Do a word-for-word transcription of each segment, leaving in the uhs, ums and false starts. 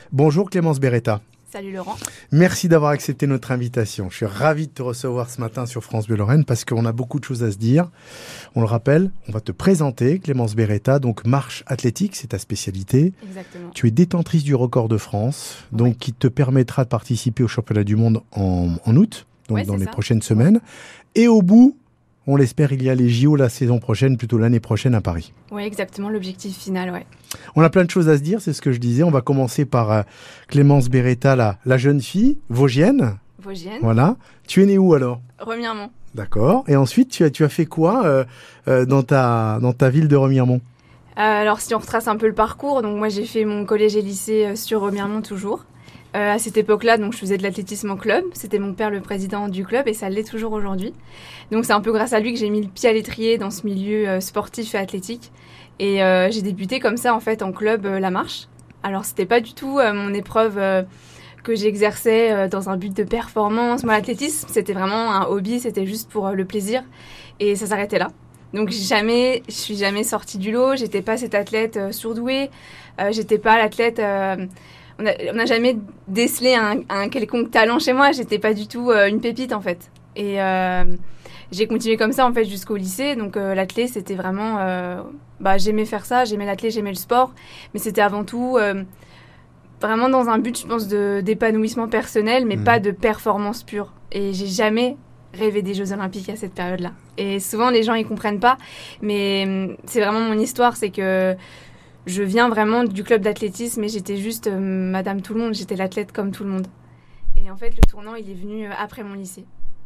Bonjour Clémence Beretta. Salut Laurent. Merci d'avoir accepté notre invitation. Je suis ravi de te recevoir ce matin sur France Bleu Lorraine parce qu'on a beaucoup de choses à se dire. On le rappelle, on va te présenter Clémence Beretta, donc marche athlétique, c'est ta spécialité. Exactement. Tu es détentrice du record de France, donc ouais. qui te permettra de participer au championnat du monde en, en août, donc ouais, dans les ça. prochaines semaines. Et au bout, on l'espère, il y a les J O la saison prochaine, plutôt l'année prochaine à Paris. Oui, exactement, l'objectif final, ouais. On a plein de choses à se dire, c'est ce que je disais. On va commencer par euh, Clémence Beretta, la, la jeune fille, vosgienne. Vosgienne. Voilà. Tu es née où alors ? Remiremont. D'accord. Et ensuite, tu as, tu as fait quoi euh, euh, dans, ta, dans ta ville de Remiremont ? euh, Alors, si on retrace un peu le parcours, donc moi j'ai fait mon collège et lycée sur Remiremont toujours. Euh, à cette époque-là, donc je faisais de l'athlétisme en club. C'était mon père le président du club et ça l'est toujours aujourd'hui. Donc c'est un peu grâce à lui que j'ai mis le pied à l'étrier dans ce milieu euh, sportif et athlétique. Et euh, j'ai débuté comme ça en fait en club euh, la marche. Alors c'était pas du tout euh, mon épreuve euh, que j'exerçais euh, dans un but de performance. Moi l'athlétisme c'était vraiment un hobby, c'était juste pour euh, le plaisir et ça s'arrêtait là. Donc jamais, je suis jamais sortie du lot. J'étais pas cette athlète euh, surdouée. Euh, j'étais pas l'athlète. Euh, On n'a jamais décelé un, un quelconque talent chez moi. J'étais pas du tout euh, une pépite en fait. Et euh, j'ai continué comme ça en fait jusqu'au lycée. Donc euh, l'athlé c'était vraiment, euh, bah j'aimais faire ça, j'aimais l'athlé, j'aimais le sport, mais c'était avant tout euh, vraiment dans un but, je pense, de d'épanouissement personnel, mais mmh. pas de performance pure. Et j'ai jamais rêvé des Jeux Olympiques à cette période-là. Et souvent les gens ils comprennent pas, mais c'est vraiment mon histoire, c'est que je viens vraiment du club d'athlétisme et j'étais juste euh, Madame Tout le Monde, j'étais l'athlète comme tout le monde. Et en fait, le tournant, il est venu euh, après mon lycée.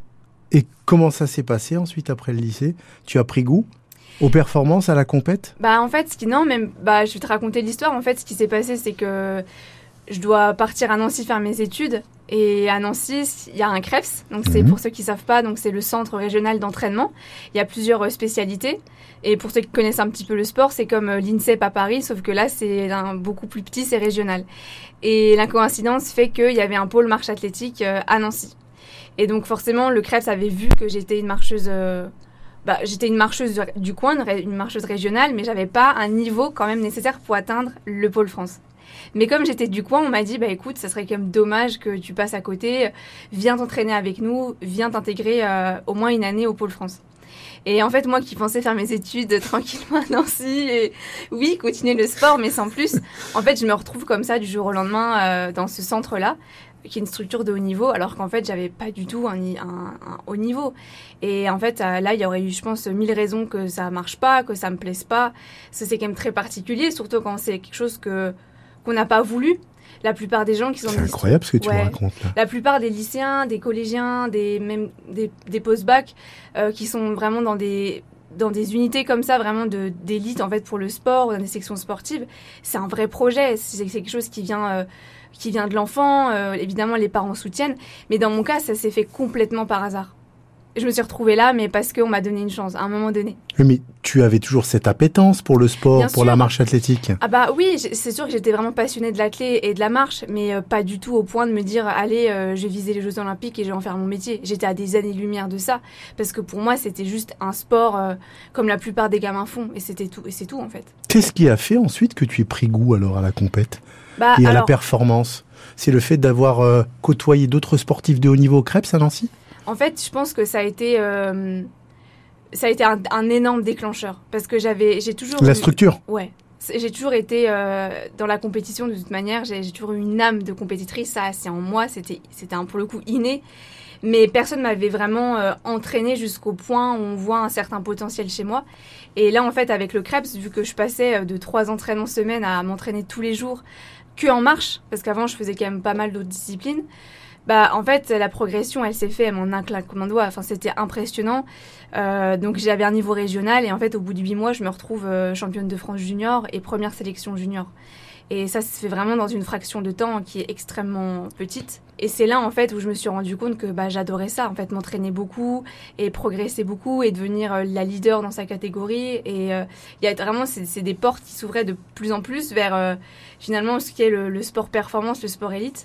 Et comment ça s'est passé ensuite après le lycée ? Tu as pris goût aux performances, à la compète ? Bah en fait, ce qui non, même bah je vais te raconter l'histoire. En fait, ce qui s'est passé, c'est que je dois partir à Nancy faire mes études. Et à Nancy, il y a un CREPS, donc c'est mmh. pour ceux qui ne savent pas, donc c'est le centre régional d'entraînement. Il y a plusieurs euh, spécialités. Et pour ceux qui connaissent un petit peu le sport, c'est comme euh, l'INSEP à Paris, sauf que là, c'est un, beaucoup plus petit, c'est régional. Et la coïncidence fait qu'il y avait un pôle marche athlétique euh, à Nancy. Et donc forcément, le CREPS avait vu que j'étais une marcheuse... Euh, bah, j'étais une marcheuse du coin, une marcheuse régionale, mais j'avais pas un niveau quand même nécessaire pour atteindre le pôle France. Mais comme j'étais du coin, on m'a dit, bah écoute, ça serait quand même dommage que tu passes à côté, viens t'entraîner avec nous, viens t'intégrer euh, au moins une année au Pôle France. Et en fait, moi qui pensais faire mes études tranquillement à Nancy, et oui, continuer le sport, mais sans plus, en fait, je me retrouve comme ça du jour au lendemain euh, dans ce centre-là, qui est une structure de haut niveau, alors qu'en fait, j'avais pas du tout un, un, un haut niveau. Et en fait, euh, là, il y aurait eu, je pense, mille raisons que ça marche pas, que ça me plaise pas. Ça, c'est quand même très particulier, surtout quand c'est quelque chose que... qu'on n'a pas voulu. La plupart des gens qui sont... C'est incroyable ce que tu ouais, me racontes là. La plupart des lycéens, des collégiens, des, même des, des post-bac, euh, qui sont vraiment dans des, dans des unités comme ça, vraiment de, d'élite en fait pour le sport, dans des sections sportives, c'est un vrai projet. C'est, c'est quelque chose qui vient, euh, qui vient de l'enfant. Euh, évidemment, les parents soutiennent. Mais dans mon cas, ça s'est fait complètement par hasard. Je me suis retrouvée là, mais parce qu'on m'a donné une chance, à un moment donné. Oui, mais tu avais toujours cette appétence pour le sport, Bien pour sûr. La marche athlétique. Ah bah oui, c'est sûr que j'étais vraiment passionnée de l'athlé et de la marche, mais euh, pas du tout au point de me dire, allez, euh, je vais viser les Jeux Olympiques et je vais en faire mon métier. J'étais à des années-lumière de ça, parce que pour moi, c'était juste un sport euh, comme la plupart des gamins font, et c'était tout, et c'est tout en fait. Qu'est-ce qui a fait ensuite que tu aies pris goût alors à la compète bah, et à alors, la performance ? C'est le fait d'avoir euh, côtoyé d'autres sportifs de haut niveau au CREPS à Nancy ? En fait, je pense que ça a été, euh, ça a été un, un énorme déclencheur. Parce que j'avais, j'ai toujours... La eu, structure ? Ouais. J'ai toujours été euh, dans la compétition de toute manière. J'ai, j'ai toujours eu une âme de compétitrice. Ça, c'est en moi. C'était, c'était un, pour le coup inné. Mais personne ne m'avait vraiment euh, entraînée jusqu'au point où on voit un certain potentiel chez moi. Et là, en fait, avec le CREPS, vu que je passais de trois entraînements semaine à m'entraîner tous les jours, que en marche, parce qu'avant, je faisais quand même pas mal d'autres disciplines, bah en fait la progression elle s'est faite en un claquement de doigts, enfin c'était impressionnant. Euh, donc j'avais un niveau régional et en fait au bout de huit mois je me retrouve euh, championne de France junior et première sélection junior. Et ça se fait vraiment dans une fraction de temps qui est extrêmement petite. Et c'est là en fait où je me suis rendu compte que bah j'adorais ça, en fait m'entraîner beaucoup et progresser beaucoup et devenir euh, la leader dans sa catégorie. Et il euh, y a vraiment c'est, c'est des portes qui s'ouvraient de plus en plus vers euh, finalement ce qui est le, le sport performance, le sport élite.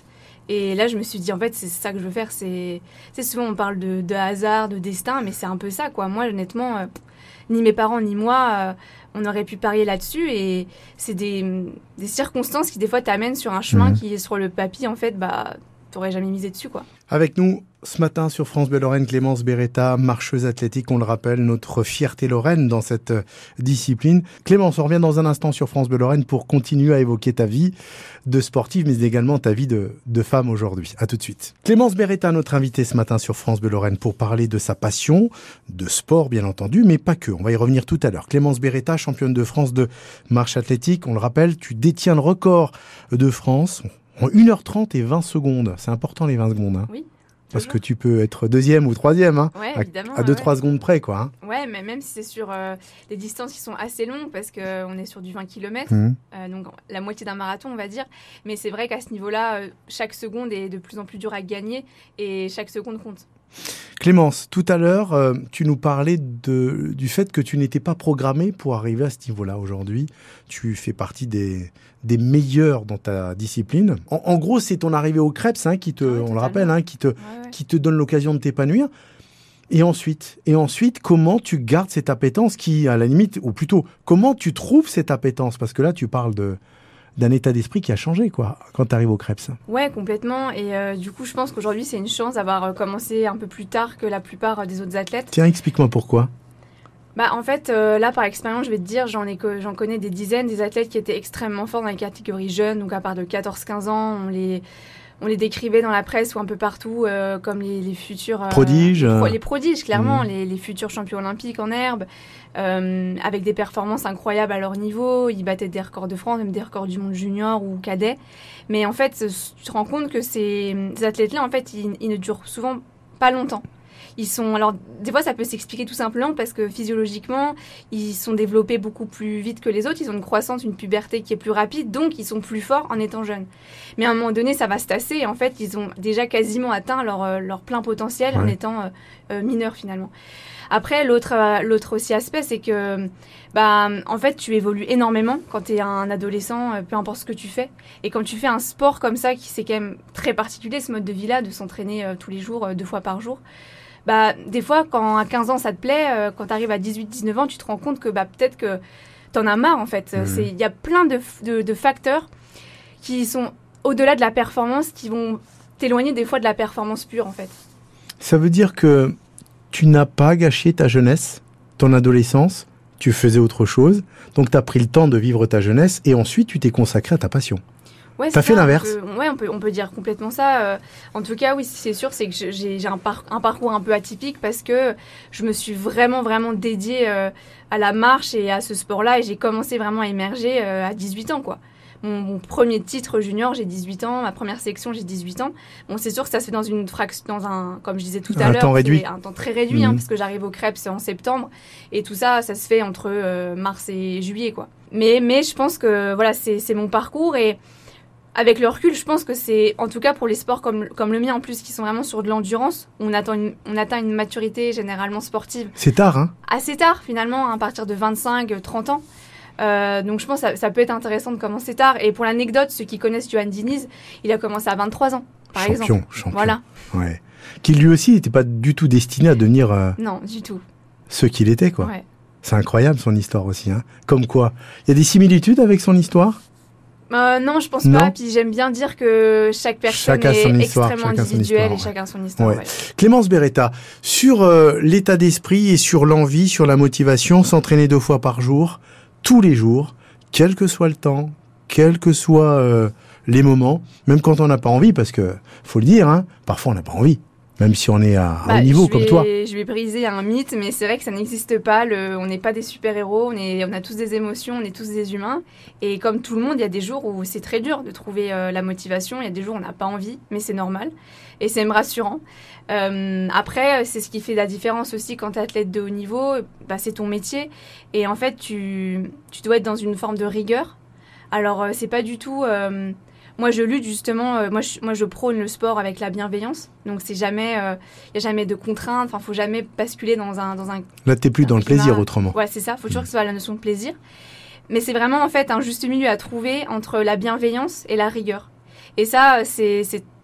Et là, je me suis dit, en fait, c'est ça que je veux faire. C'est, c'est souvent, on parle de, de hasard, de destin, mais c'est un peu ça, quoi. Moi, honnêtement, euh, ni mes parents, ni moi, euh, on aurait pu parier là-dessus. Et c'est des, des circonstances qui, des fois, t'amènent sur un chemin mmh. qui est sur le papier, en fait, bah, t'aurais jamais misé dessus, quoi. Avec nous, ce matin sur France Bleu Lorraine, Clémence Beretta, marcheuse athlétique, on le rappelle, notre fierté lorraine dans cette discipline. Clémence, on revient dans un instant sur France Bleu Lorraine pour continuer à évoquer ta vie de sportive, mais également ta vie de, de femme aujourd'hui. À tout de suite. Clémence Beretta, notre invitée ce matin sur France Bleu Lorraine pour parler de sa passion, de sport bien entendu, mais pas que. On va y revenir tout à l'heure. Clémence Beretta, championne de France de marche athlétique. On le rappelle, tu détiens le record de France en une heure trente et vingt secondes. C'est important les vingt secondes. Hein. Oui. Parce que tu peux être deuxième ou troisième, hein, ouais, évidemment, à deux trois ouais. secondes près, quoi. Hein. Ouais, mais même si c'est sur euh, des distances qui sont assez longues, parce qu'on est sur du vingt kilomètres, mmh. euh, donc la moitié d'un marathon, on va dire. Mais c'est vrai qu'à ce niveau-là, euh, chaque seconde est de plus en plus dure à gagner et chaque seconde compte. Clémence, tout à l'heure, euh, tu nous parlais de, du fait que tu n'étais pas programmée pour arriver à ce niveau-là aujourd'hui. Tu fais partie des, des meilleurs dans ta discipline. En, en gros, c'est ton arrivée au Krebs, hein, qui te, ouais, on totalement. le rappelle, hein, qui te, ouais, ouais. qui te donne l'occasion de t'épanouir. Et ensuite, et ensuite, comment tu gardes cette appétence qui, à la limite, ou plutôt, comment tu trouves cette appétence ? Parce que là, tu parles de... d'un état d'esprit qui a changé, quoi, quand tu arrives au Krebs. Ouais, complètement. Et euh, du coup, je pense qu'aujourd'hui, c'est une chance d'avoir euh, commencé un peu plus tard que la plupart euh, des autres athlètes. Tiens, explique-moi pourquoi. Bah, en fait, euh, là, par expérience, je vais te dire, j'en, ai, j'en connais des dizaines, des athlètes qui étaient extrêmement forts dans les catégories jeunes, donc à part de quatorze quinze ans, on les... On les décrivait dans la presse ou un peu partout euh, comme les, les futurs... Euh, prodiges. Les, pro- les prodiges, clairement. Mmh. Les, les futurs champions olympiques en herbe, euh, avec des performances incroyables à leur niveau. Ils battaient des records de France, même des records du monde junior ou cadet. Mais en fait, tu te rends compte que ces, ces athlètes-là, en fait, ils, ils ne durent souvent pas longtemps. Ils sont, alors, des fois, ça peut s'expliquer tout simplement parce que physiologiquement, ils sont développés beaucoup plus vite que les autres. Ils ont une croissance, une puberté qui est plus rapide, donc ils sont plus forts en étant jeunes. Mais à un moment donné, ça va se tasser. Et en fait, ils ont déjà quasiment atteint leur, leur plein potentiel ouais. en étant euh, euh, mineurs finalement. Après, l'autre, euh, l'autre aussi aspect, c'est que, bah, en fait, tu évolues énormément quand tu es un adolescent, euh, peu importe ce que tu fais. Et quand tu fais un sport comme ça, qui c'est quand même très particulier, ce mode de vie-là, de s'entraîner euh, tous les jours, euh, deux fois par jour. Bah, des fois, quand à quinze ans, ça te plaît, euh, quand tu arrives à dix-huit dix-neuf ans, tu te rends compte que bah, peut-être que tu en as marre, en fait. Il mmh. y a plein de, de, de facteurs qui sont au-delà de la performance, qui vont t'éloigner des fois de la performance pure, en fait. Ça veut dire que tu n'as pas gâché ta jeunesse, ton adolescence, tu faisais autre chose, donc tu as pris le temps de vivre ta jeunesse et ensuite tu t'es consacré à ta passion. Ouais, t'as fait ça, l'inverse. On peut, ouais, on peut, on peut dire complètement ça. Euh, en tout cas, oui, c'est sûr, c'est que j'ai, j'ai un, par, un parcours un peu atypique parce que je me suis vraiment, vraiment dédiée euh, à la marche et à ce sport-là et j'ai commencé vraiment à émerger euh, à dix-huit ans, quoi. Mon, mon premier titre junior, j'ai dix-huit ans. Ma première section, j'ai dix-huit ans. Bon, c'est sûr que ça se fait dans une fraction, dans un, comme je disais tout à un l'heure, temps réduit. un temps très réduit, mmh. hein, parce que j'arrive au Krebs en septembre et tout ça, ça se fait entre euh, mars et juillet, quoi. Mais, mais je pense que voilà, c'est, c'est mon parcours et avec le recul, je pense que c'est, en tout cas pour les sports comme, comme le mien en plus, qui sont vraiment sur de l'endurance, on, attend une, on atteint une maturité généralement sportive. C'est tard, hein ? Assez tard, finalement, hein, à partir de vingt-cinq trente ans. Euh, donc je pense que ça, ça peut être intéressant de commencer tard. Et pour l'anecdote, ceux qui connaissent Johan Diniz, il a commencé à vingt-trois ans, par champion, exemple. Champion, voilà. Ouais. Qui lui aussi n'était pas du tout destiné à devenir... Euh, non, du tout. Ce qu'il était, quoi. Ouais. C'est incroyable, son histoire aussi. Hein. Comme quoi, il y a des similitudes avec son histoire ? Euh, non, je pense non. pas. Puis j'aime bien dire que chaque personne chacun est histoire, extrêmement individuelle et chacun son histoire. Ouais. Ouais. Clémence Beretta, sur euh, l'état d'esprit et sur l'envie, sur la motivation, s'entraîner deux fois par jour, tous les jours, quel que soit le temps, quels que soient euh, les moments, même quand on n'a pas envie, parce que faut le dire, hein, parfois on n'a pas envie. Même si on est à bah, haut niveau vais, comme toi. Je vais briser un mythe, mais c'est vrai que ça n'existe pas. Le, on n'est pas des super-héros, on, est, on a tous des émotions, on est tous des humains. Et comme tout le monde, il y a des jours où c'est très dur de trouver euh, la motivation. Il y a des jours où on n'a pas envie, mais c'est normal. Et c'est même rassurant. Euh, après, c'est ce qui fait la différence aussi quand tu es athlète de haut niveau. Bah, c'est ton métier. Et en fait, tu, tu dois être dans une forme de rigueur. Alors, euh, c'est pas du tout... Euh, Moi, je lutte justement, euh, moi, je, moi, je prône le sport avec la bienveillance. Donc, c'est jamais, il euh, n'y a jamais de contraintes. Enfin, faut jamais basculer dans un, dans un. Là, t'es plus dans le climat. plaisir autrement. Ouais, c'est ça. Faut toujours que ce soit la notion de plaisir. Mais c'est vraiment en fait un juste milieu à trouver entre la bienveillance et la rigueur. Et ça, c'est, c'est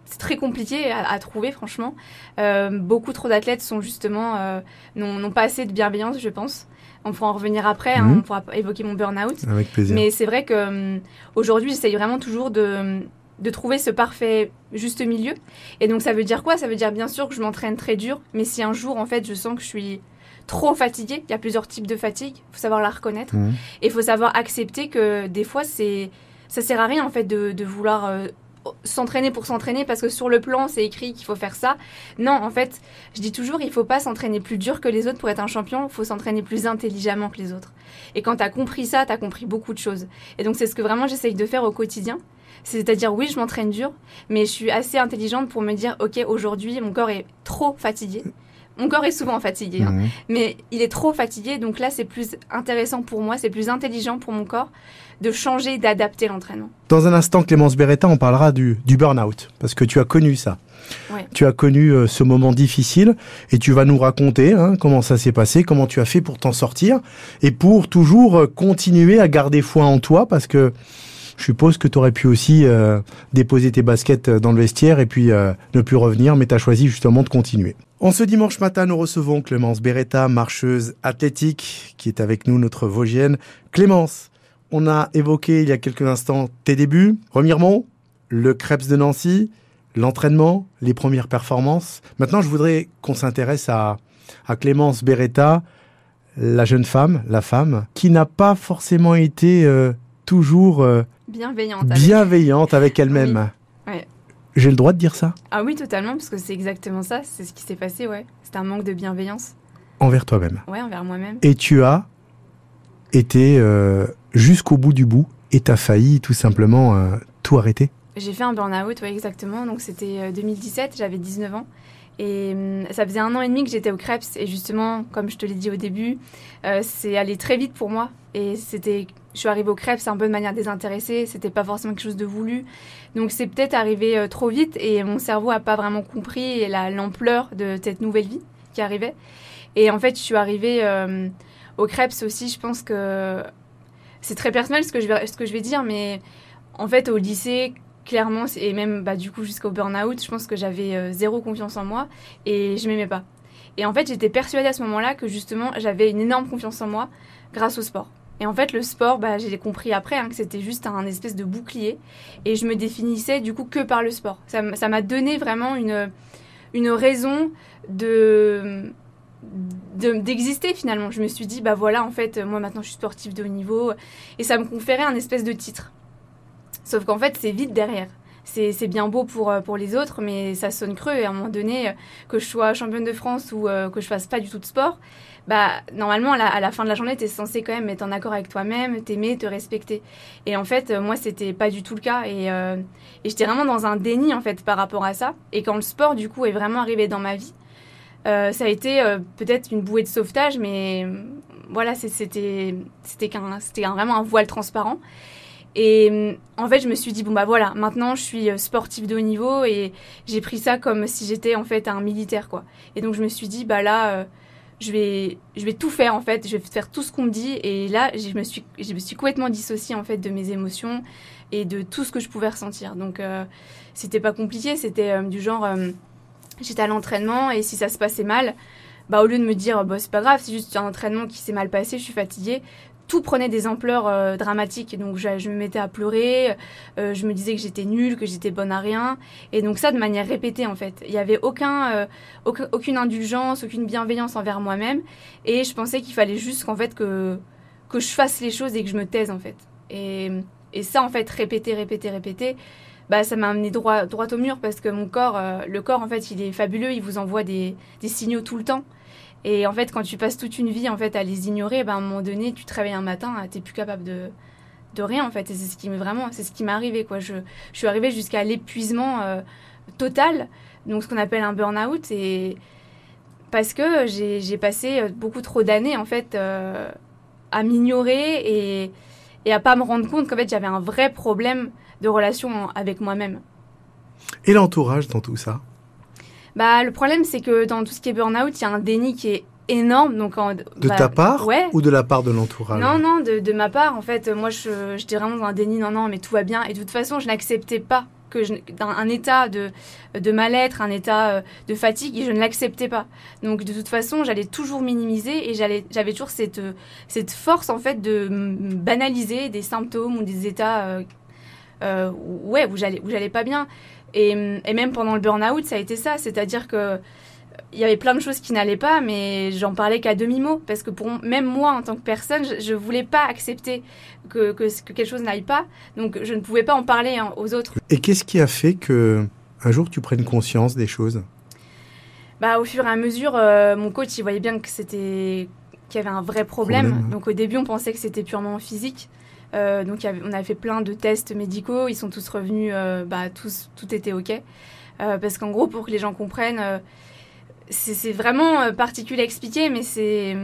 c'est très compliqué à, à trouver, franchement. Euh, beaucoup trop d'athlètes sont justement, euh, n'ont, n'ont pas assez de bienveillance, je pense. On pourra en revenir après, mmh. hein, on pourra évoquer mon burn-out. Avec plaisir. Mais c'est vrai qu'aujourd'hui, j'essaye vraiment toujours de, de trouver ce parfait juste milieu. Et donc, ça veut dire quoi ? Ça veut dire bien sûr que je m'entraîne très dur, mais si un jour, en fait, je sens que je suis trop fatiguée, il y a plusieurs types de fatigue, il faut savoir la reconnaître. Mmh. Et il faut savoir accepter que des fois, c'est, ça sert à rien, en fait, de, de vouloir... Euh, s'entraîner pour s'entraîner parce que sur le plan c'est écrit qu'il faut faire ça. Non, en fait, je dis toujours il faut pas s'entraîner plus dur que les autres pour être un champion, il faut s'entraîner plus intelligemment que les autres. Et quand tu as compris ça, tu as compris beaucoup de choses. Et donc c'est ce que vraiment j'essaye de faire au quotidien. C'est-à-dire oui, je m'entraîne dur, mais je suis assez intelligente pour me dire OK, aujourd'hui mon corps est trop fatigué. Mon corps est souvent fatigué, hein, mmh. mais il est trop fatigué, donc là c'est plus intéressant pour moi, c'est plus intelligent pour mon corps de changer, d'adapter l'entraînement. Dans un instant, Clémence Beretta, on parlera du, du burn-out, parce que tu as connu ça. Ouais. Tu as connu euh, ce moment difficile, et tu vas nous raconter hein, comment ça s'est passé, comment tu as fait pour t'en sortir, et pour toujours euh, continuer à garder foi en toi, parce que je suppose que tu aurais pu aussi euh, déposer tes baskets dans le vestiaire et puis euh, ne plus revenir, mais tu as choisi justement de continuer. En ce dimanche matin, nous recevons Clémence Beretta, marcheuse athlétique, qui est avec nous, notre Vosgienne. Clémence, on a évoqué il y a quelques instants tes débuts, Remiremont, le Krebs de Nancy, l'entraînement, les premières performances. Maintenant, je voudrais qu'on s'intéresse à, à Clémence Beretta, la jeune femme, la femme, qui n'a pas forcément été euh, toujours euh, bienveillante, bienveillante avec, avec elle-même. Oui. Ouais. J'ai le droit de dire ça ? Ah oui, totalement, parce que c'est exactement ça, c'est ce qui s'est passé, ouais. C'était un manque de bienveillance. Envers toi-même ? Ouais, envers moi-même. Et tu as été euh, jusqu'au bout du bout et tu as failli tout simplement euh, tout arrêter ? J'ai fait un burn-out, ouais, exactement, donc c'était euh, deux mille dix-sept, j'avais dix-neuf ans. Et euh, ça faisait un an et demi que j'étais au Krebs. Et justement, comme je te l'ai dit au début, euh, c'est allé très vite pour moi. Et c'était, je suis arrivée au Krebs un peu de manière désintéressée. C'était pas forcément quelque chose de voulu. Donc c'est peut-être arrivé euh, trop vite. Et mon cerveau a pas vraiment compris la, l'ampleur de cette nouvelle vie qui arrivait. Et en fait, je suis arrivée euh, au Krebs aussi. Je pense que c'est très personnel ce que je vais, ce que je vais dire. Mais en fait, au lycée... Clairement, et même bah, du coup jusqu'au burn-out, je pense que j'avais euh, zéro confiance en moi et je m'aimais pas. Et en fait, j'étais persuadée à ce moment-là que justement, j'avais une énorme confiance en moi grâce au sport. Et en fait, le sport, bah, j'ai compris après hein, que c'était juste un espèce de bouclier et je me définissais du coup que par le sport. Ça, ça m'a donné vraiment une, une raison de... De, d'exister finalement. Je me suis dit, bah voilà, en fait, moi maintenant je suis sportive de haut niveau et ça me conférait un espèce de titre. Sauf qu'en fait, c'est vide derrière. C'est, c'est bien beau pour, pour les autres, mais ça sonne creux. Et à un moment donné, que je sois championne de France ou euh, que je fasse pas du tout de sport, bah, normalement, à la, à la fin de la journée, tu es censé quand même être en accord avec toi-même, t'aimer, te respecter. Et en fait, moi, c'était pas du tout le cas. Et, euh, et j'étais vraiment dans un déni, en fait, par rapport à ça. Et quand le sport, du coup, est vraiment arrivé dans ma vie, euh, ça a été euh, peut-être une bouée de sauvetage, mais voilà, c'est, c'était, c'était, qu'un, c'était un, vraiment un voile transparent. Et en fait, je me suis dit, bon bah voilà, maintenant je suis sportive de haut niveau et j'ai pris ça comme si j'étais en fait un militaire, quoi. Et donc je me suis dit, bah là, euh, je vais, je vais tout faire en fait, je vais faire tout ce qu'on me dit. Et là, je me suis, je me suis complètement dissociée en fait de mes émotions et de tout ce que je pouvais ressentir. Donc euh, c'était pas compliqué, c'était euh, du genre, euh, j'étais à l'entraînement et si ça se passait mal, bah au lieu de me dire, bah c'est pas grave, c'est juste un entraînement qui s'est mal passé, je suis fatiguée. Tout prenait des ampleurs euh, dramatiques. Donc, je, je me mettais à pleurer. Euh, je me disais que j'étais nulle, que j'étais bonne à rien. Et donc, ça, de manière répétée, en fait. Il n'y avait aucun, euh, aucun, aucune indulgence, aucune bienveillance envers moi-même. Et je pensais qu'il fallait juste qu'en fait, que, que je fasse les choses et que je me taise, en fait. Et, et ça, en fait, répéter, répéter, répéter, bah, ça m'a amené droit, droit au mur parce que mon corps, euh, le corps, en fait, il est fabuleux. Il vous envoie des, des signaux tout le temps. Et en fait, quand tu passes toute une vie en fait à les ignorer, ben à un moment donné, tu te réveilles un matin, t'es plus capable de de rien en fait. Et c'est ce qui m'est vraiment, c'est ce qui m'est arrivé quoi. Je je suis arrivée jusqu'à l'épuisement euh, total, donc ce qu'on appelle un burn-out, et parce que j'ai j'ai passé beaucoup trop d'années en fait euh, à m'ignorer et et à pas me rendre compte qu'en fait j'avais un vrai problème de relation avec moi-même. Et l'entourage dans tout ça? Bah, le problème, c'est que dans tout ce qui est burn-out, il y a un déni qui est énorme. Donc en, de bah, ta part ouais. Ou de la part de l'entourage? Non, non, de, de ma part. En fait, moi, je, j'étais vraiment dans un déni. Non, non, mais tout va bien. Et de toute façon, je n'acceptais pas que je, d'un un état de, de mal-être, un état euh, de fatigue, et je ne l'acceptais pas. Donc de toute façon, j'allais toujours minimiser et j'allais, j'avais toujours cette, cette force en fait de banaliser des symptômes ou des états euh, euh, ouais, où j'allais, où j'allais pas bien. Et, et même pendant le burn-out, ça a été ça, c'est-à-dire que il y avait plein de choses qui n'allaient pas, mais j'en parlais qu'à demi-mot, parce que pour même moi, en tant que personne, je ne voulais pas accepter que, que, que quelque chose n'aille pas, donc je ne pouvais pas en parler hein, aux autres. Et qu'est-ce qui a fait que un jour tu prennes conscience des choses ? Bah, au fur et à mesure, euh, mon coach, il voyait bien que c'était, qu'il y avait un vrai problème. Problème, ouais. Donc au début, on pensait que c'était purement physique. Euh, donc y avait, on a fait plein de tests médicaux, ils sont tous revenus, euh, bah, tous, tout était OK. Euh, parce qu'en gros, pour que les gens comprennent... Euh, C'est, c'est vraiment particulier à expliquer, mais c'est...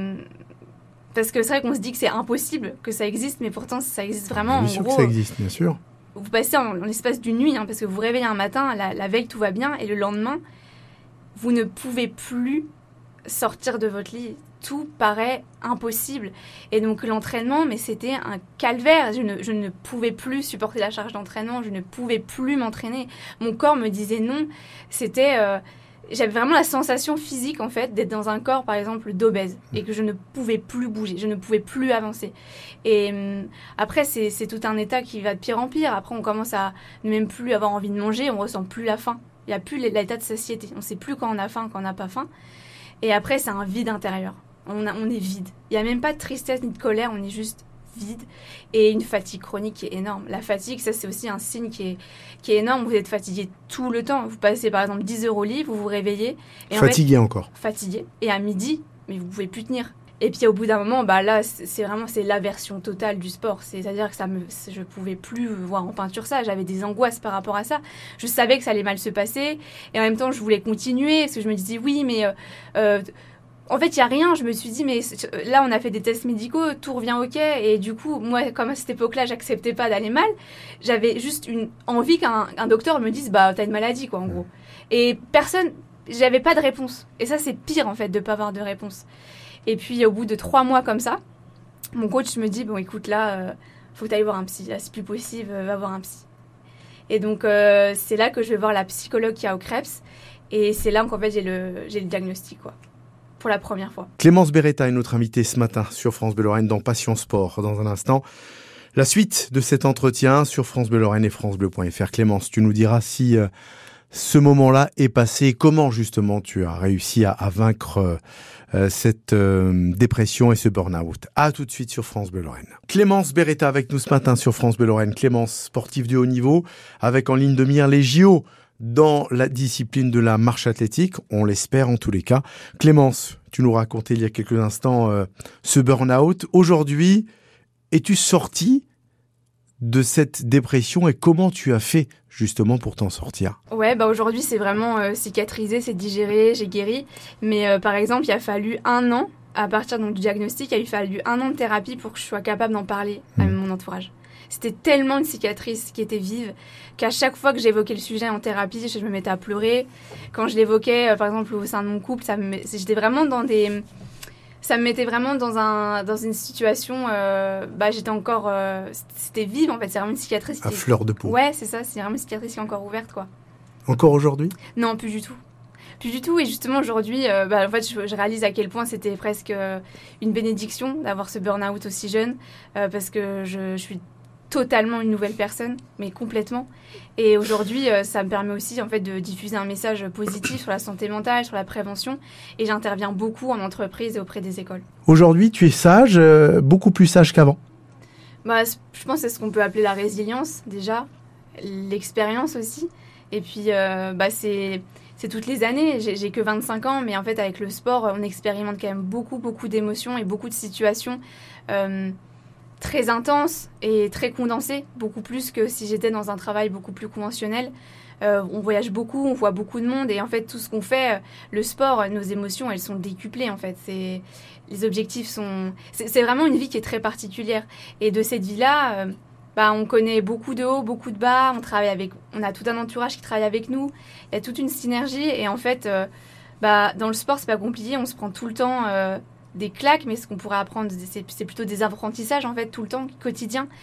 Parce que c'est vrai qu'on se dit que c'est impossible que ça existe, mais pourtant ça existe vraiment. Bien en sûr gros, que ça existe, bien sûr. Vous passez en, en l'espace d'une nuit, hein, parce que vous vous réveillez un matin, la, la veille tout va bien, et le lendemain, vous ne pouvez plus sortir de votre lit. Tout paraît impossible. Et donc l'entraînement, mais c'était un calvaire. Je ne, je ne pouvais plus supporter la charge d'entraînement, je ne pouvais plus m'entraîner. Mon corps me disait non. C'était... Euh, J'avais vraiment la sensation physique, en fait, d'être dans un corps, par exemple, d'obèse, et que je ne pouvais plus bouger, je ne pouvais plus avancer. Et hum, après, c'est, c'est tout un état qui va de pire en pire. Après, on commence à ne même plus avoir envie de manger, on ressent plus la faim. Il n'y a plus l'état de satiété. On ne sait plus quand on a faim, quand on n'a pas faim. Et après, c'est un vide intérieur. On, a, on est vide. Il n'y a même pas de tristesse ni de colère, on est juste vide, et une fatigue chronique qui est énorme. La fatigue, ça c'est aussi un signe qui est, qui est énorme. Vous êtes fatigué tout le temps. Vous passez par exemple dix heures au lit, vous vous réveillez. Et fatigué en fait, encore. Fatigué. Et à midi, mais vous pouvez plus tenir. Et puis au bout d'un moment, bah là, c'est vraiment c'est l'aversion totale du sport. C'est-à-dire que ça me, je pouvais plus voir en peinture ça. J'avais des angoisses par rapport à ça. Je savais que ça allait mal se passer. Et en même temps, je voulais continuer parce que je me disais oui, mais... Euh, euh, En fait, il n'y a rien. Je me suis dit, mais là, on a fait des tests médicaux, tout revient OK. Et du coup, moi, comme à cette époque-là, j'acceptais pas d'aller mal, j'avais juste une envie qu'un un docteur me dise, bah, t'as une maladie, quoi, en gros. Et personne, j'avais pas de réponse. Et ça, c'est pire, en fait, de pas avoir de réponse. Et puis, au bout de trois mois comme ça, mon coach me dit, bon, écoute, là, euh, faut que t'ailles voir un psy. Là, c'est plus possible, euh, va voir un psy. Et donc, euh, c'est là que je vais voir la psychologue qui a au Krebs. Et c'est là qu'en fait, j'ai le, j'ai le diagnostic, quoi. Pour la première fois. Clémence Beretta est notre invitée ce matin sur France Bleu Lorraine dans Passion Sport. Dans un instant, la suite de cet entretien sur France Bleu Lorraine et francebleu point f r. Clémence, tu nous diras si euh, ce moment-là est passé, comment justement tu as réussi à, à vaincre euh, cette euh, dépression et ce burn-out. À tout de suite sur France Bleu Lorraine. Clémence Beretta avec nous ce matin sur France Bleu Lorraine. Clémence, sportive de haut niveau, avec en ligne de mire les J O dans la discipline de la marche athlétique, on l'espère en tous les cas. Clémence, tu nous racontais il y a quelques instants euh, ce burn-out. Aujourd'hui, es-tu sortie de cette dépression et comment tu as fait justement pour t'en sortir ? Ouais, bah aujourd'hui c'est vraiment euh, cicatrisé, c'est digéré, j'ai guéri. Mais euh, par exemple, il a fallu un an, à partir donc, du diagnostic, il a fallu un an de thérapie pour que je sois capable d'en parler mmh. à mon entourage. C'était tellement une cicatrice qui était vive qu'à chaque fois que j'évoquais le sujet en thérapie, je me mettais à pleurer. Quand je l'évoquais, euh, par exemple, au sein de mon couple, ça me... j'étais vraiment dans des... Ça me mettait vraiment dans, un... dans une situation... Euh... Bah, j'étais encore... Euh... C'était vif, en fait. C'est vraiment une cicatrice. À qui... fleur de peau. Ouais, c'est ça. C'est vraiment une cicatrice qui est encore ouverte, quoi. Encore aujourd'hui ? Non, plus du tout. Plus du tout. Et justement, aujourd'hui, euh, bah, en fait, je, je réalise à quel point c'était presque euh, une bénédiction d'avoir ce burn-out aussi jeune. Euh, parce que je, je suis... totalement une nouvelle personne, mais complètement. Et aujourd'hui, euh, ça me permet aussi en fait de diffuser un message positif sur la santé mentale, sur la prévention. Et j'interviens beaucoup en entreprise et auprès des écoles. Aujourd'hui, tu es sage, euh, beaucoup plus sage qu'avant. Bah, je pense que c'est ce qu'on peut appeler la résilience déjà, l'expérience aussi. Et puis, euh, bah, c'est, c'est toutes les années. J'ai, j'ai que vingt-cinq ans, mais en fait, avec le sport, on expérimente quand même beaucoup, beaucoup d'émotions et beaucoup de situations. Euh, très intense et très condensé, beaucoup plus que si j'étais dans un travail beaucoup plus conventionnel. Euh, on voyage beaucoup, on voit beaucoup de monde et en fait tout ce qu'on fait, le sport, nos émotions, elles sont décuplées en fait. C'est, les objectifs sont... C'est, c'est vraiment une vie qui est très particulière. Et de cette vie-là, euh, bah, on connaît beaucoup de hauts, beaucoup de bas, on travaille avec... On a tout un entourage qui travaille avec nous, il y a toute une synergie et en fait, euh, bah, dans le sport c'est pas compliqué, on se prend tout le temps... Euh, des claques, mais ce qu'on pourrait apprendre, c'est, c'est plutôt des apprentissages en fait tout le temps, quotidien.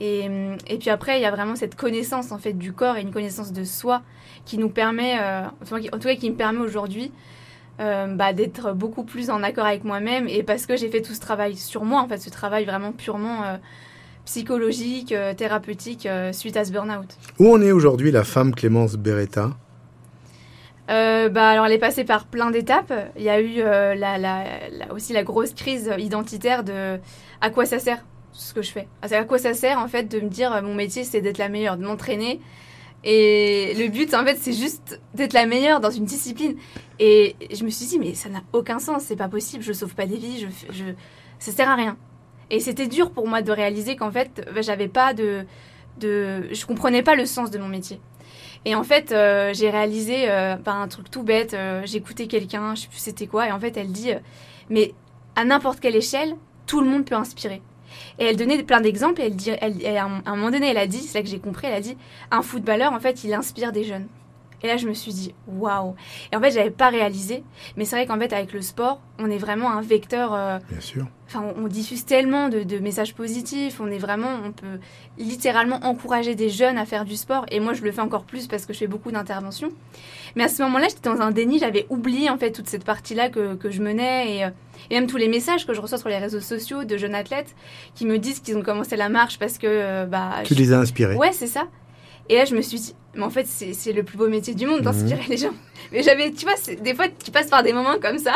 Et, et puis après, il y a vraiment cette connaissance en fait du corps et une connaissance de soi qui nous permet, euh, en tout cas qui me permet aujourd'hui euh, bah, d'être beaucoup plus en accord avec moi-même. Et parce que j'ai fait tout ce travail sur moi, en fait, ce travail vraiment purement euh, psychologique, euh, thérapeutique euh, suite à ce burn-out. Où en est aujourd'hui la femme Clémence Beretta ? Euh, bah, alors elle est passée par plein d'étapes. Il y a eu euh, la, la, la, aussi la grosse crise identitaire de à quoi ça sert ce que je fais. À quoi ça sert en fait de me dire mon métier c'est d'être la meilleure, de m'entraîner et le but en fait c'est juste d'être la meilleure dans une discipline. Et je me suis dit mais ça n'a aucun sens, c'est pas possible, je sauve pas des vies, je, je, ça sert à rien. Et c'était dur pour moi de réaliser qu'en fait bah, j'avais pas de, de, je comprenais pas le sens de mon métier. Et en fait, euh, j'ai réalisé euh, bah, un truc tout bête. Euh, j'écoutais quelqu'un, je sais plus c'était quoi, et en fait, elle dit, euh, mais à n'importe quelle échelle, tout le monde peut inspirer. Et elle donnait plein d'exemples. Et elle dit, elle, elle, à un moment donné, elle a dit, c'est là que j'ai compris, elle a dit, un footballeur, en fait, il inspire des jeunes. Et là, je me suis dit, waouh. Et en fait, j'avais pas réalisé, mais c'est vrai qu'en fait, avec le sport, on est vraiment un vecteur. Euh, Bien sûr. Enfin, on, on diffuse tellement de, de messages positifs. On est vraiment, on peut littéralement encourager des jeunes à faire du sport. Et moi, je le fais encore plus parce que je fais beaucoup d'interventions. Mais à ce moment-là, j'étais dans un déni. J'avais oublié en fait toute cette partie-là que, que je menais et, et même tous les messages que je reçois sur les réseaux sociaux de jeunes athlètes qui me disent qu'ils ont commencé la marche parce que bah. Tu je... les as inspirés. Ouais, c'est ça. Et là, je me suis dit, mais en fait, c'est, c'est le plus beau métier du monde d'inspirer mmh. les gens. Mais j'avais, tu vois, c'est, des fois, tu passes par des moments comme ça.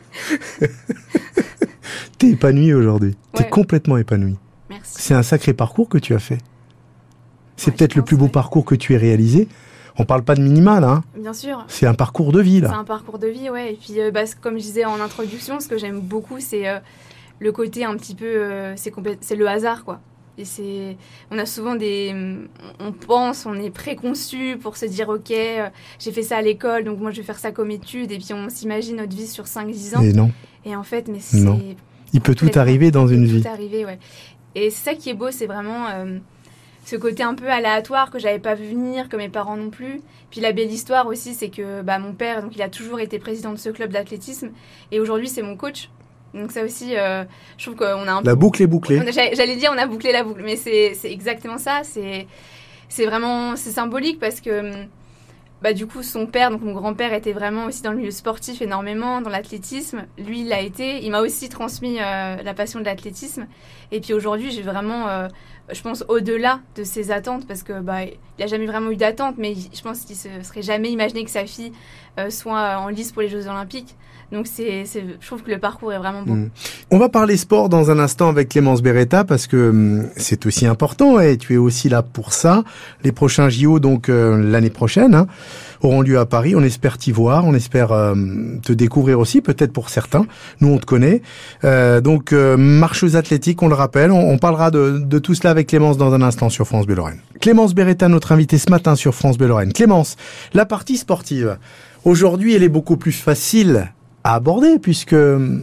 T'es épanouie aujourd'hui. Ouais. T'es complètement épanouie. Merci. C'est un sacré parcours que tu as fait. C'est ouais, peut-être le plus beau ouais. parcours que tu aies réalisé. On parle pas de minima, là. Hein. Bien sûr. C'est un parcours de vie, là. C'est un parcours de vie, ouais. Et puis, euh, bah, comme je disais en introduction, ce que j'aime beaucoup, c'est euh, le côté un petit peu... Euh, c'est, complè- c'est le hasard, quoi. Et c'est, on a souvent des, on pense, on est préconçu pour se dire ok, euh, j'ai fait ça à l'école, donc moi je vais faire ça comme étude, et puis on s'imagine notre vie sur cinq dix ans. Et non. Et en fait, mais c'est. Non. Il peut tout arriver dans une vie. vie. Tout arriver, ouais. Et c'est ça qui est beau, c'est vraiment euh, ce côté un peu aléatoire que j'avais pas vu venir, que mes parents non plus. Puis la belle histoire aussi, c'est que bah mon père, donc il a toujours été président de ce club d'athlétisme, et aujourd'hui c'est mon coach. Donc ça aussi, euh, je trouve qu'on a un peu... La boucle est bouclée. A, j'allais, j'allais dire on a bouclé la boucle, mais c'est, c'est exactement ça. C'est, c'est vraiment c'est symbolique parce que bah, du coup, son père, donc mon grand-père, était vraiment aussi dans le milieu sportif énormément, dans l'athlétisme. Lui, il l'a été. Il m'a aussi transmis euh, la passion de l'athlétisme. Et puis aujourd'hui, j'ai vraiment, euh, je pense, au-delà de ses attentes parce que bah, il n'a jamais vraiment eu d'attente, mais je pense qu'il ne se serait jamais imaginé que sa fille euh, soit en lice pour les Jeux Olympiques. Donc, c'est, c'est, je trouve que le parcours est vraiment beau. Mmh. On va parler sport dans un instant avec Clémence Beretta parce que hum, c'est aussi important et tu es aussi là pour ça. Les prochains J O, donc euh, l'année prochaine, hein, auront lieu à Paris. On espère t'y voir, on espère euh, te découvrir aussi, peut-être pour certains. Nous, on te connaît. Euh, donc, euh, marcheuse athlétique, on le rappelle. On, on parlera de, de tout cela avec Clémence dans un instant sur France Bleu Lorraine. Clémence Beretta, notre invitée ce matin sur France Bleu Lorraine. Clémence, la partie sportive, aujourd'hui, elle est beaucoup plus facile à aborder puisque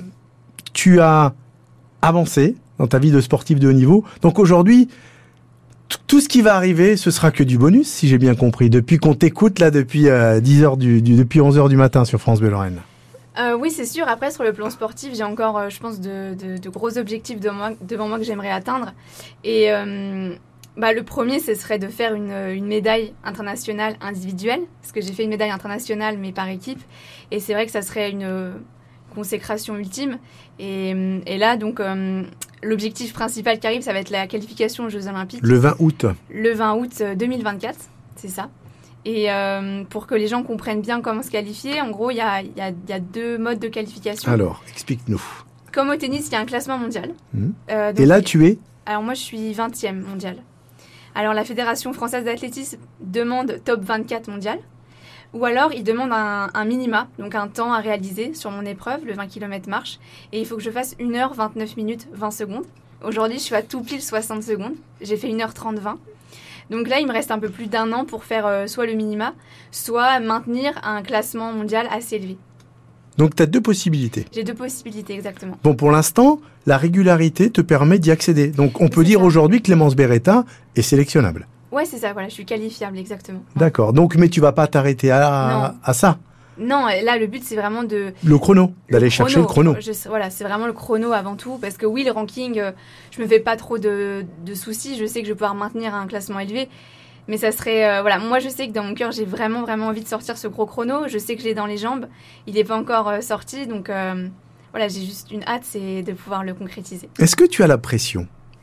tu as avancé dans ta vie de sportif de haut niveau. Donc aujourd'hui, t- tout ce qui va arriver, ce sera que du bonus, si j'ai bien compris, depuis qu'on t'écoute là depuis euh, dix heures du, du depuis onze heures du matin sur France Bleu Lorraine. Euh, oui, c'est sûr. Après, sur le plan sportif, j'ai encore, euh, je pense, de, de, de gros objectifs devant moi, devant moi que j'aimerais atteindre. Et euh, bah, le premier, ce serait de faire une, une médaille internationale individuelle, parce que j'ai fait une médaille internationale, mais par équipe. Et c'est vrai que ça serait une consécration ultime. Et, et là, donc, euh, l'objectif principal qui arrive, ça va être la qualification aux Jeux Olympiques. Le vingt août. Le vingt août deux mille vingt-quatre, c'est ça. Et euh, pour que les gens comprennent bien comment se qualifier, en gros, il y a, y, a, y a deux modes de qualification. Alors, explique-nous. Comme au tennis, il y a un classement mondial. Mmh. Euh, donc, et là, tu es ? Alors moi, je suis vingtième mondial. Alors, la Fédération française d'athlétisme demande top vingt-quatre mondial. Ou alors, il demande un, un minima, donc un temps à réaliser sur mon épreuve, le vingt kilomètres marche. Et il faut que je fasse une heure vingt-neuf minutes vingt secondes. Aujourd'hui, je suis à tout pile soixante secondes. J'ai fait une heure trente vingt. Donc là, il me reste un peu plus d'un an pour faire euh, soit le minima, soit maintenir un classement mondial assez élevé. Donc, tu as deux possibilités. J'ai deux possibilités, exactement. Bon, pour l'instant, la régularité te permet d'y accéder. Donc, on peut dire ça. Aujourd'hui que Clémence Beretta est sélectionnable. Ouais, c'est ça, voilà, je suis qualifiable, exactement. D'accord. Donc, mais tu vas pas t'arrêter à, à ça. Non, là, le but, c'est vraiment de... Le chrono, d'aller le chercher le chrono. Je, voilà, c'est vraiment le chrono avant tout. Parce que oui, le ranking, euh, je me fais pas trop de, de soucis. Je sais que je vais pouvoir maintenir un classement élevé. Mais ça serait... Euh, voilà, moi, je sais que dans mon cœur, j'ai vraiment, vraiment envie de sortir ce gros chrono. Je sais que je l'ai dans les jambes. Il n'est pas encore euh, sorti. Donc, euh, voilà, j'ai juste une hâte, c'est de pouvoir le concrétiser. Est-ce que tu as la pression ?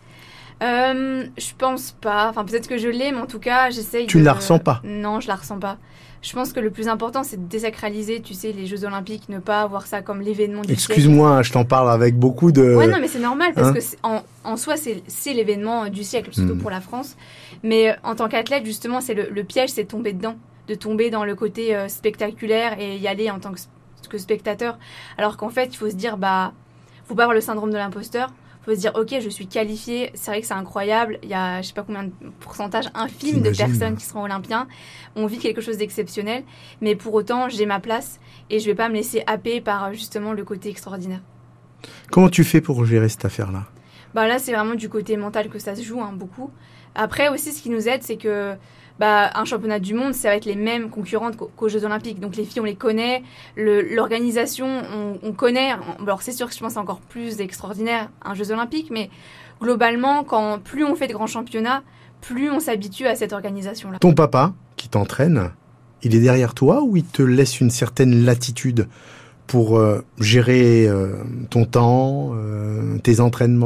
Euh, je pense pas. Enfin, peut-être que je l'ai, mais en tout cas, j'essaye. Tu de... ne la ressens pas ? Non, je la ressens pas. Je pense que le plus important, c'est de désacraliser, tu sais, les Jeux Olympiques, ne pas voir ça comme l'événement du siècle. Excuse-moi, je t'en parle avec beaucoup de... Ouais, non, mais c'est normal, parce hein que c'est, en, en soi, c'est, c'est l'événement du siècle, surtout mmh. pour la France. Mais euh, en tant qu'athlète, justement, c'est le, le piège, c'est de tomber dedans, de tomber dans le côté euh, spectaculaire et y aller en tant que, que spectateur. Alors qu'en fait, il faut se dire, bah, faut pas avoir le syndrome de l'imposteur. Faut se dire, ok, je suis qualifiée, c'est vrai que c'est incroyable, il y a je sais pas combien de pourcentage infime de personnes qui seront olympiens, on vit quelque chose d'exceptionnel, mais pour autant, j'ai ma place et je vais pas me laisser happer par justement le côté extraordinaire. Comment tu fais pour gérer cette affaire-là ? Bah là, c'est vraiment du côté mental que ça se joue, hein, beaucoup. Après aussi, ce qui nous aide, c'est que bah, un championnat du monde, ça va être les mêmes concurrentes qu'aux, qu'aux Jeux Olympiques. Donc les filles, on les connaît, le, l'organisation, on, on connaît. Alors c'est sûr que je pense que c'est encore plus extraordinaire un Jeux Olympiques, mais globalement, quand plus on fait de grands championnats, plus on s'habitue à cette organisation-là. Ton papa, qui t'entraîne, il est derrière toi ou il te laisse une certaine latitude pour euh, gérer euh, ton temps, euh, tes entraînements ?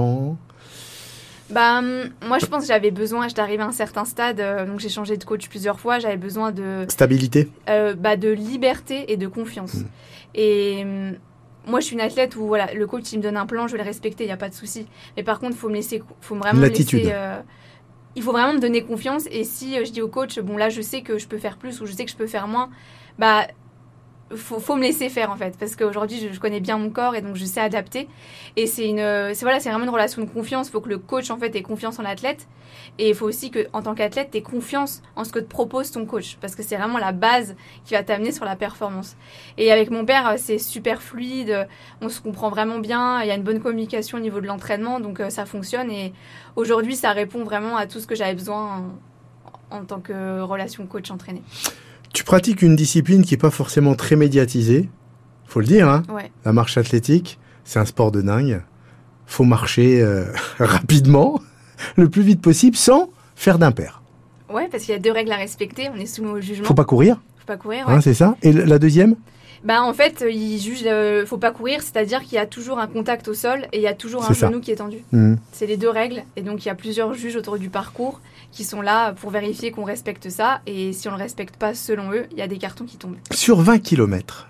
Bah, moi, je pense que j'avais besoin, j'étais arrivée à un certain stade, euh, donc j'ai changé de coach plusieurs fois, j'avais besoin de... Stabilité euh, bah, de liberté et de confiance. Mmh. Et euh, moi, je suis une athlète où voilà, le coach, il me donne un plan, je vais le respecter, il n'y a pas de souci. Mais par contre, il faut me laisser... Faut vraiment L'attitude. Me laisser, euh, il faut vraiment me donner confiance. Et si euh, je dis au coach, bon là, je sais que je peux faire plus ou je sais que je peux faire moins, bah... Faut, faut me laisser faire en fait, parce qu'aujourd'hui je, je connais bien mon corps et donc je sais adapter. Et c'est une, c'est voilà, c'est vraiment une relation de confiance. Il faut que le coach en fait ait confiance en l'athlète, et il faut aussi que en tant qu'athlète t'aies confiance en ce que te propose ton coach, parce que c'est vraiment la base qui va t'amener sur la performance. Et avec mon père, c'est super fluide, on se comprend vraiment bien, il y a une bonne communication au niveau de l'entraînement, donc ça fonctionne. Et aujourd'hui, ça répond vraiment à tout ce que j'avais besoin en, en tant que relation coach-entraîné. Tu pratiques une discipline qui n'est pas forcément très médiatisée, faut le dire, hein. Ouais. La marche athlétique, c'est un sport de dingue. Faut marcher euh, rapidement, le plus vite possible, sans faire d'impair. Ouais, parce qu'il y a deux règles à respecter, on est soumis au jugement. Faut pas courir. Faut pas courir, ouais. Hein, c'est ça. Et la deuxième ? Bah, en fait, ils jugent, euh, faut pas courir, c'est-à-dire qu'il y a toujours un contact au sol et il y a toujours c'est un ça. genou qui est tendu. Mmh. C'est les deux règles, et donc il y a plusieurs juges autour du parcours qui sont là pour vérifier qu'on respecte ça, et si on le respecte pas selon eux, il y a des cartons qui tombent. Sur vingt kilomètres,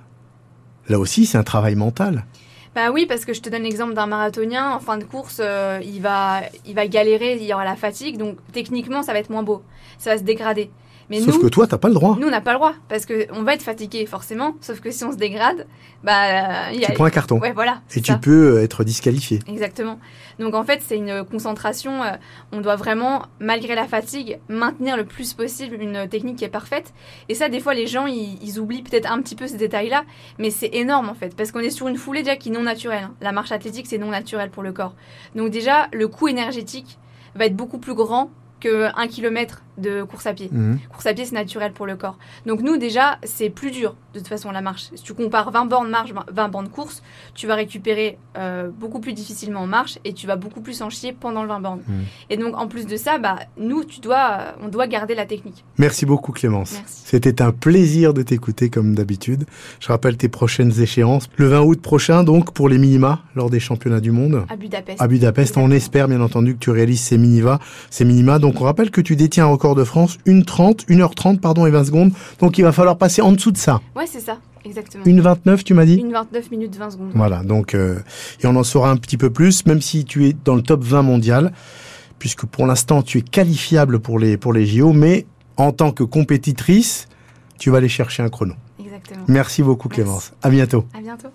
là aussi c'est un travail mental. Bah oui, parce que je te donne l'exemple d'un marathonien, en fin de course, euh, il va, il va galérer, il y aura la fatigue, donc techniquement ça va être moins beau, ça va se dégrader. Mais sauf nous, que toi, t'as pas le droit. Nous, on n'a pas le droit, parce qu'on va être fatigué, forcément. Sauf que si on se dégrade, bah... Y a... Tu prends un carton. Ouais, voilà. Et tu ça. peux être disqualifié. Exactement. Donc, en fait, c'est une concentration. Euh, on doit vraiment, malgré la fatigue, maintenir le plus possible une technique qui est parfaite. Et ça, des fois, les gens, ils, ils oublient peut-être un petit peu ces détails-là. Mais c'est énorme, en fait. Parce qu'on est sur une foulée, déjà, qui est non naturelle. Hein. La marche athlétique, c'est non naturel pour le corps. Donc, déjà, le coût énergétique va être beaucoup plus grand qu'un kilomètre de course à pied. Mmh. Course à pied, c'est naturel pour le corps. Donc nous, déjà, c'est plus dur, de toute façon, la marche. Si tu compares vingt bornes marche, vingt bornes course, tu vas récupérer euh, beaucoup plus difficilement en marche et tu vas beaucoup plus en chier pendant le vingt bornes. Mmh. Et donc, en plus de ça, bah, nous, tu dois, on doit garder la technique. Merci beaucoup, Clémence. Merci. C'était un plaisir de t'écouter, comme d'habitude. Je rappelle tes prochaines échéances. Le vingt août prochain, donc, pour les minima, lors des championnats du monde. À Budapest. À Budapest. Exactement. On espère, bien entendu, que tu réalises ces minima, ces minima. Donc, on rappelle que tu détiens un record de France, une trente, une heure trente, pardon, et vingt secondes. Donc, il va falloir passer en dessous de ça. Ouais, c'est ça. Exactement. Une vingt-neuf, tu m'as dit ? Une vingt-neuf minutes vingt secondes. Voilà, donc, euh, et on en saura un petit peu plus, même si tu es dans le top vingt mondial, puisque pour l'instant, tu es qualifiable pour les, pour les J O, mais en tant que compétitrice, tu vas aller chercher un chrono. Exactement. Merci beaucoup, Clémence. Merci. À bientôt. À bientôt.